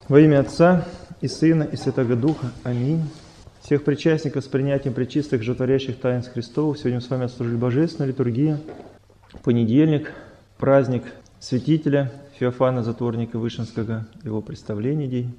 Во имя Отца и Сына и Святого Духа. Аминь. Всех причастников с принятием пречистых животворящих таинств Христовых. Сегодня мы с вами отслужили Божественную литургию. Понедельник, праздник святителя Феофана Затворника Вышинского, его представление день.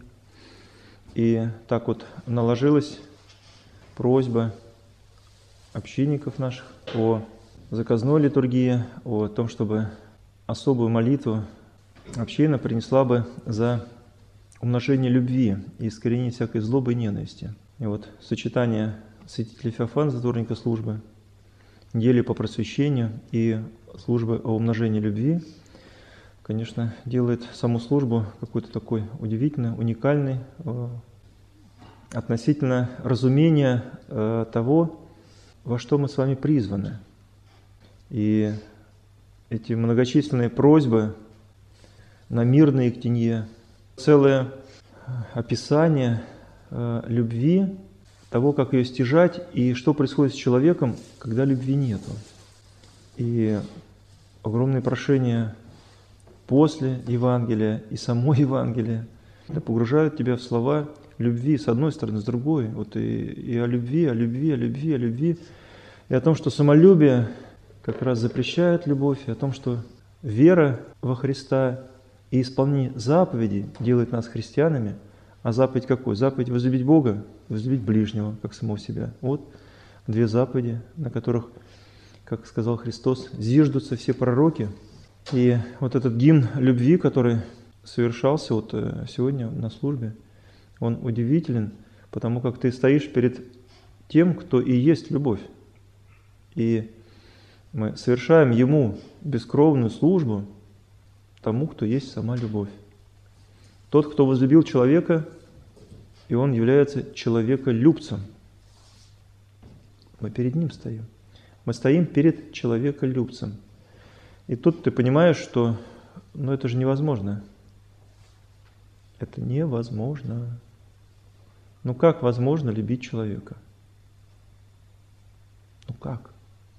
И так вот наложилась просьба общинников наших о заказной литургии, о том, чтобы особую молитву община принесла бы за умножение любви и искоренение всякой злобы и ненависти. И вот сочетание святителя Феофана, затворника службы, недели по просвещению и службы о умножении любви, конечно, делает саму службу какой-то такой удивительной, уникальной относительно разумения того, во что мы с вами призваны. И эти многочисленные просьбы на мирное ектенье, целое описание любви, того, как ее стяжать и что происходит с человеком, когда любви нету. И огромные прошения после Евангелия и само Евангелие погружают тебя в слова любви с одной стороны, с другой. Вот и о любви, о любви, о любви, о любви. И о том, что самолюбие как раз запрещает любовь, и о том, что вера во Христа и исполнение заповедей делает нас христианами. А заповедь какой? Заповедь возлюбить Бога, возлюбить ближнего, как самого себя. Вот две заповеди, на которых, как сказал Христос, зиждутся все пророки. И вот этот гимн любви, который совершался вот сегодня на службе, он удивителен, потому как ты стоишь перед тем, кто и есть любовь. И мы совершаем Ему бескровную службу, тому, кто есть сама любовь. Тот, кто возлюбил человека, и он является человеколюбцем. Мы перед ним стоим. Мы стоим перед человеколюбцем. И тут ты понимаешь, что это же невозможно. Это невозможно. Как возможно любить человека? Как?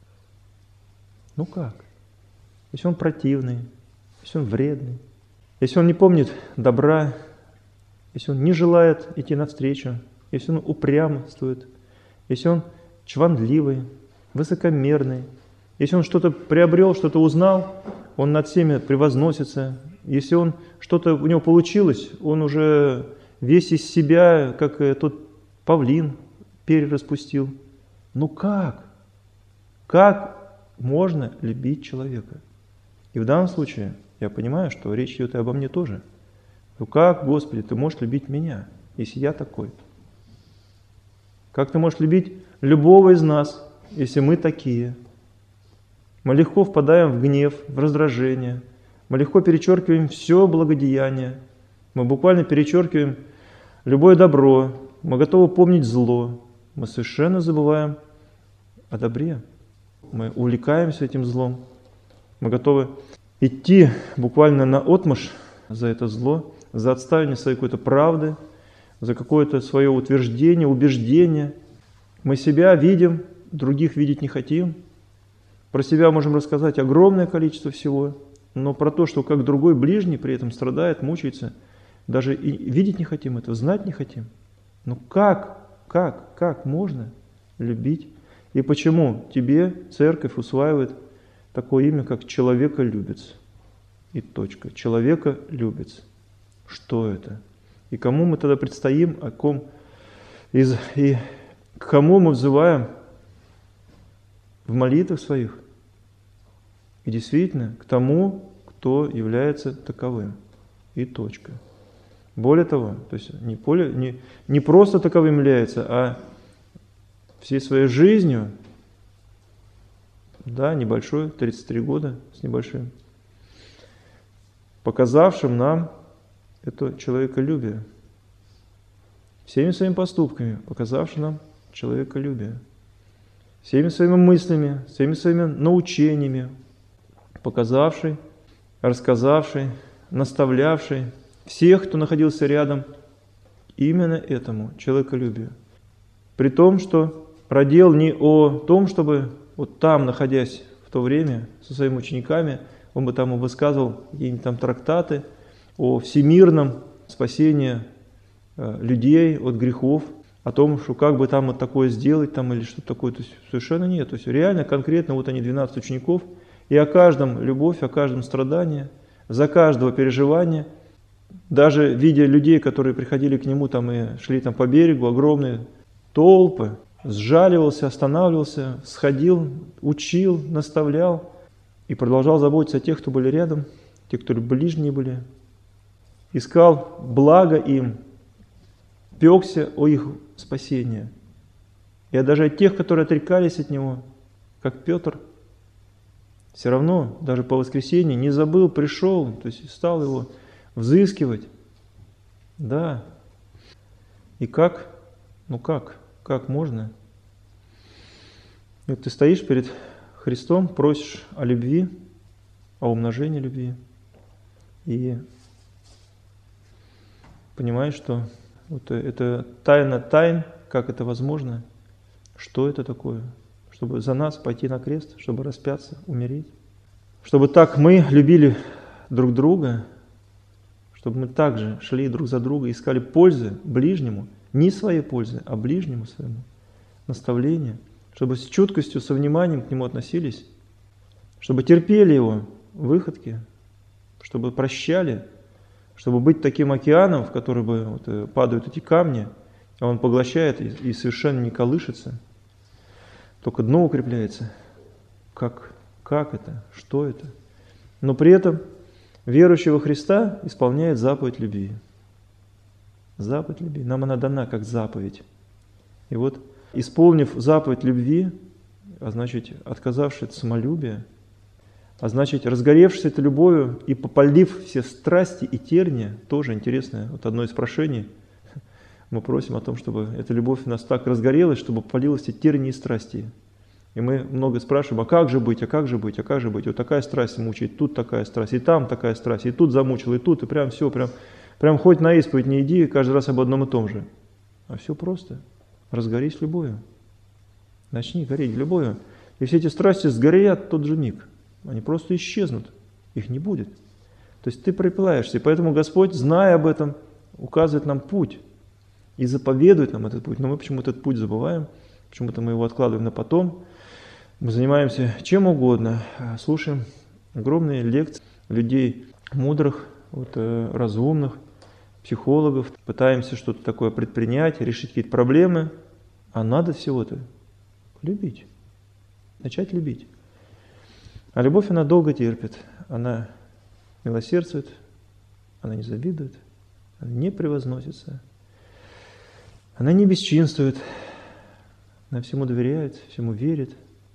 Как? Если он противный, если он вредный, если он не помнит добра, если он не желает идти навстречу, если он упрямствует, если он чванливый, высокомерный, если он что-то приобрел, что-то узнал, он над всеми превозносится, если он что-то у него получилось, он уже весь из себя, как тот павлин, перья распустил. Как? Как можно любить человека? И в данном случае я понимаю, что речь идет и обо мне тоже. Как, Господи, Ты можешь любить меня, если я такой? Как Ты можешь любить любого из нас, если мы такие? Мы легко впадаем в гнев, в раздражение. Мы легко перечеркиваем все благодеяние. Мы буквально перечеркиваем любое добро. Мы готовы помнить зло. Мы совершенно забываем о добре. Мы увлекаемся этим злом. Мы готовы идти буквально наотмашь за это зло, за отстаивание своей какой-то правды, за какое-то свое утверждение, убеждение. Мы себя видим, других видеть не хотим. Про себя можем рассказать огромное количество всего, но про то, что как другой ближний при этом страдает, мучается, даже и видеть не хотим этого, знать не хотим. Как можно любить? И почему тебе церковь усваивает такое имя, как человеколюбец? И точка. Человеколюбец. Что это? И кому мы тогда предстоим, и к кому мы взываем в молитвах своих? И действительно, к тому, кто является таковым. И точка. Более того, то есть не просто таковым является, а всей своей жизнью, небольшой, 33 года с небольшим, показавшим нам это человеколюбие. Всеми своими поступками показавшим нам человеколюбие. Всеми своими мыслями, всеми своими научениями, показавший, рассказавший, наставлявший всех, кто находился рядом, именно этому человеколюбию. При том, что родил не о том, чтобы вот там, находясь в то время со своими учениками, он бы там высказывал какие-нибудь там трактаты о всемирном спасение людей от грехов, о том, что как бы там вот такое сделать там или что-то такое. То есть совершенно нет. То есть реально, конкретно вот они 12 учеников, и о каждом любовь, о каждом страдании, за каждого переживания. Даже видя людей, которые приходили к нему там и шли там по берегу, огромные толпы, сжаливался, останавливался, сходил, учил, наставлял и продолжал заботиться о тех, кто были рядом, те, кто ближние были. Искал благо им, пекся о их спасении. И даже от тех, которые отрекались от него, как Петр, все равно даже по воскресенье не забыл, пришел, то есть стал его взыскивать. Да. И как? Ну как можно? И вот ты стоишь перед Христом, просишь о любви, о умножении любви, и понимаешь, что вот это тайна тайн, как это возможно, что это такое, чтобы за нас пойти на крест, чтобы распяться, умереть, чтобы так мы любили друг друга, чтобы мы также шли друг за друга, искали пользы ближнему, не своей пользы, а ближнему своему, наставления, чтобы с чуткостью, со вниманием к нему относились, чтобы терпели его выходки, чтобы прощали, чтобы быть таким океаном, в который бы вот падают эти камни, а он поглощает и совершенно не колышется, только дно укрепляется. Как это? Что это? Но при этом верующий во Христа исполняет заповедь любви. Заповедь любви. Нам она дана как заповедь. И вот, исполнив заповедь любви, а значит, отказавшись от самолюбия, а значит, разгоревшись этой любовью и попалив все страсти и терния, тоже интересное, вот одно из прошений, мы просим о том, чтобы эта любовь у нас так разгорелась, чтобы попалилась эти тернии и страсти. И мы много спрашиваем, а как же быть, а как же быть, а как же быть? Вот такая страсть мучает, тут такая страсть, и там такая страсть, и тут замучила, и тут, и прям все, прям хоть на исповедь не иди, каждый раз об одном и том же. А все просто. Разгорись любовью. Начни гореть любовью. И все эти страсти сгорят в тот же миг. Они просто исчезнут. Их не будет. То есть ты приплавишься. И поэтому Господь, зная об этом, указывает нам путь. И заповедует нам этот путь. Но мы почему-то этот путь забываем. Почему-то мы его откладываем на потом. Мы занимаемся чем угодно. Слушаем огромные лекции людей мудрых, разумных, психологов. Пытаемся что-то такое предпринять, решить какие-то проблемы. А надо всего-то любить. Начать любить. А любовь, она долго терпит. Она милосердствует, она не завидует, она не превозносится. Она не бесчинствует, она всему доверяет, всему верит,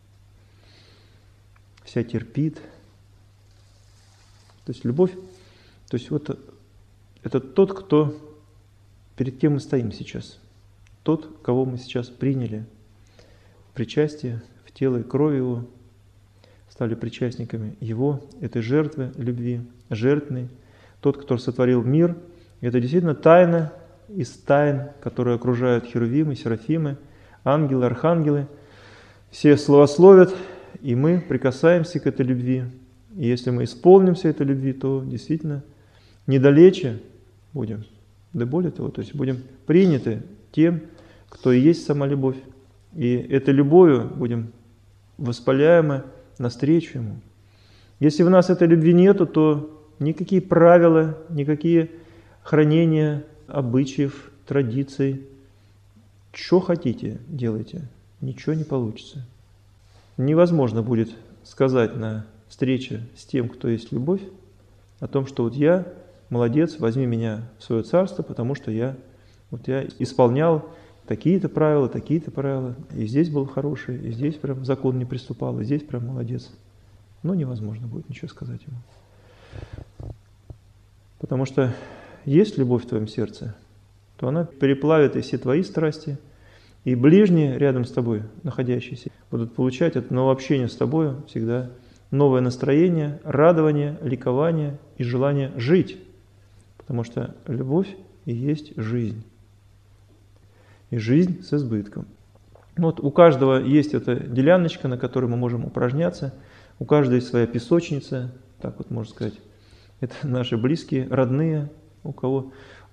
вся терпит. То есть любовь, то есть вот это тот, кто, перед кем мы стоим сейчас, тот, кого мы сейчас приняли в причастие, в тело и кровь Его, стали причастниками Его, этой жертвы любви, жертвенной, тот, кто сотворил мир. И это действительно тайна из тайн, которые окружают херувимы, серафимы, ангелы, архангелы. Все славословят, и мы прикасаемся к этой любви. И если мы исполнимся этой любви, то действительно недалече будем. Да более того, то есть будем приняты тем, кто и есть сама любовь. И этой любовью будем воспаляемы навстречу Ему. Если в нас этой любви нету, то никакие правила, никакие хранения обычаев, традиций, что хотите, делайте, ничего не получится. Невозможно будет сказать на встрече с тем, кто есть любовь, о том, что вот я молодец, возьми меня в свое царство, потому что я исполнял такие-то правила, и здесь был хороший, и здесь прям закон не приступал, и здесь прям молодец. Но невозможно будет ничего сказать ему. Потому что есть любовь в твоем сердце, то она переплавит и все твои страсти, и ближние рядом с тобой, находящиеся, будут получать это новое общение с тобой всегда, новое настроение, радование, ликование и желание жить. Потому что любовь и есть жизнь. И жизнь с избытком. Вот у каждого есть эта деляночка, на которой мы можем упражняться. У каждой есть своя песочница, так вот можно сказать. Это наши близкие, родные, у кого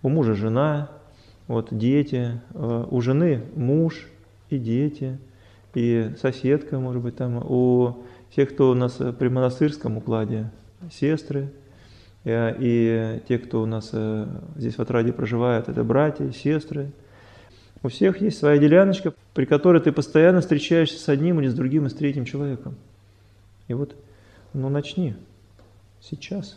У мужа жена, вот, дети, у жены муж и дети, и соседка, может быть, там, у тех, кто у нас при монастырском укладе, сестры, и те, кто у нас здесь в Отраде проживают, это братья, сестры. У всех есть своя деляночка, при которой ты постоянно встречаешься с одним или с другим и с третьим человеком. И вот, ну, начни сейчас.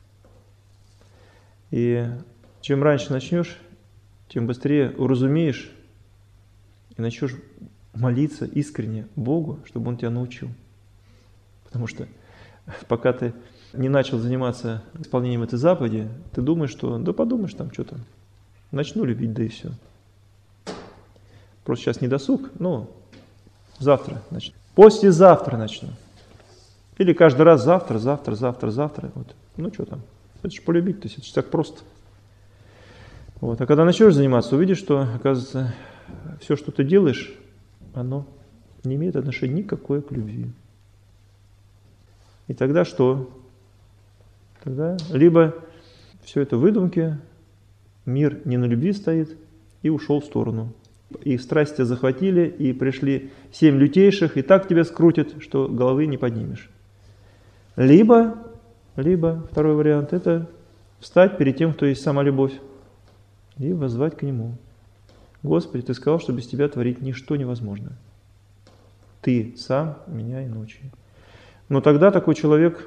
И чем раньше начнешь, тем быстрее уразумеешь и начнешь молиться искренне Богу, чтобы Он тебя научил. Потому что пока ты не начал заниматься исполнением этой заповеди, ты думаешь, что да подумаешь там, что там, начну любить, да и все. Просто сейчас не досуг, но завтра начну. Послезавтра начну. Или каждый раз завтра. Вот. Ну что там, это же полюбить, то есть это же так просто. Вот. А когда начнешь заниматься, увидишь, что, оказывается, все, что ты делаешь, оно не имеет отношения никакое к любви. И тогда что? Тогда либо все это выдумки, мир не на любви стоит и ушел в сторону. И страсти тебя захватили, и пришли 7 лютейших, и так тебя скрутит, что головы не поднимешь. Либо второй вариант, это встать перед тем, кто есть сама любовь, и воззвать к Нему. Господи, Ты сказал, что без Тебя творить ничто невозможно. Ты сам меня и научи. Но тогда такой человек,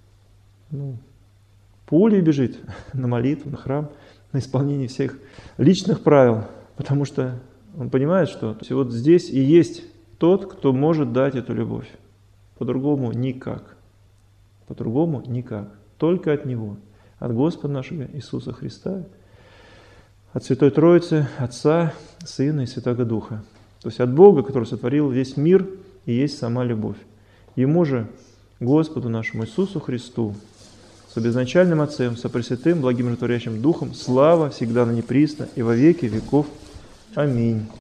пулей бежит на молитву, на храм, на исполнение всех личных правил, потому что он понимает, что вот здесь и есть тот, кто может дать эту любовь. По-другому никак. По-другому никак. Только от Него. От Господа нашего Иисуса Христа, от Святой Троицы, Отца, Сына и Святого Духа. То есть от Бога, который сотворил весь мир и есть сама любовь. Ему же, Господу нашему Иисусу Христу, с обезначальным Отцем, со Пресвятым, благим и Творящим Духом, слава всегда на неприсно и во веки веков. Аминь.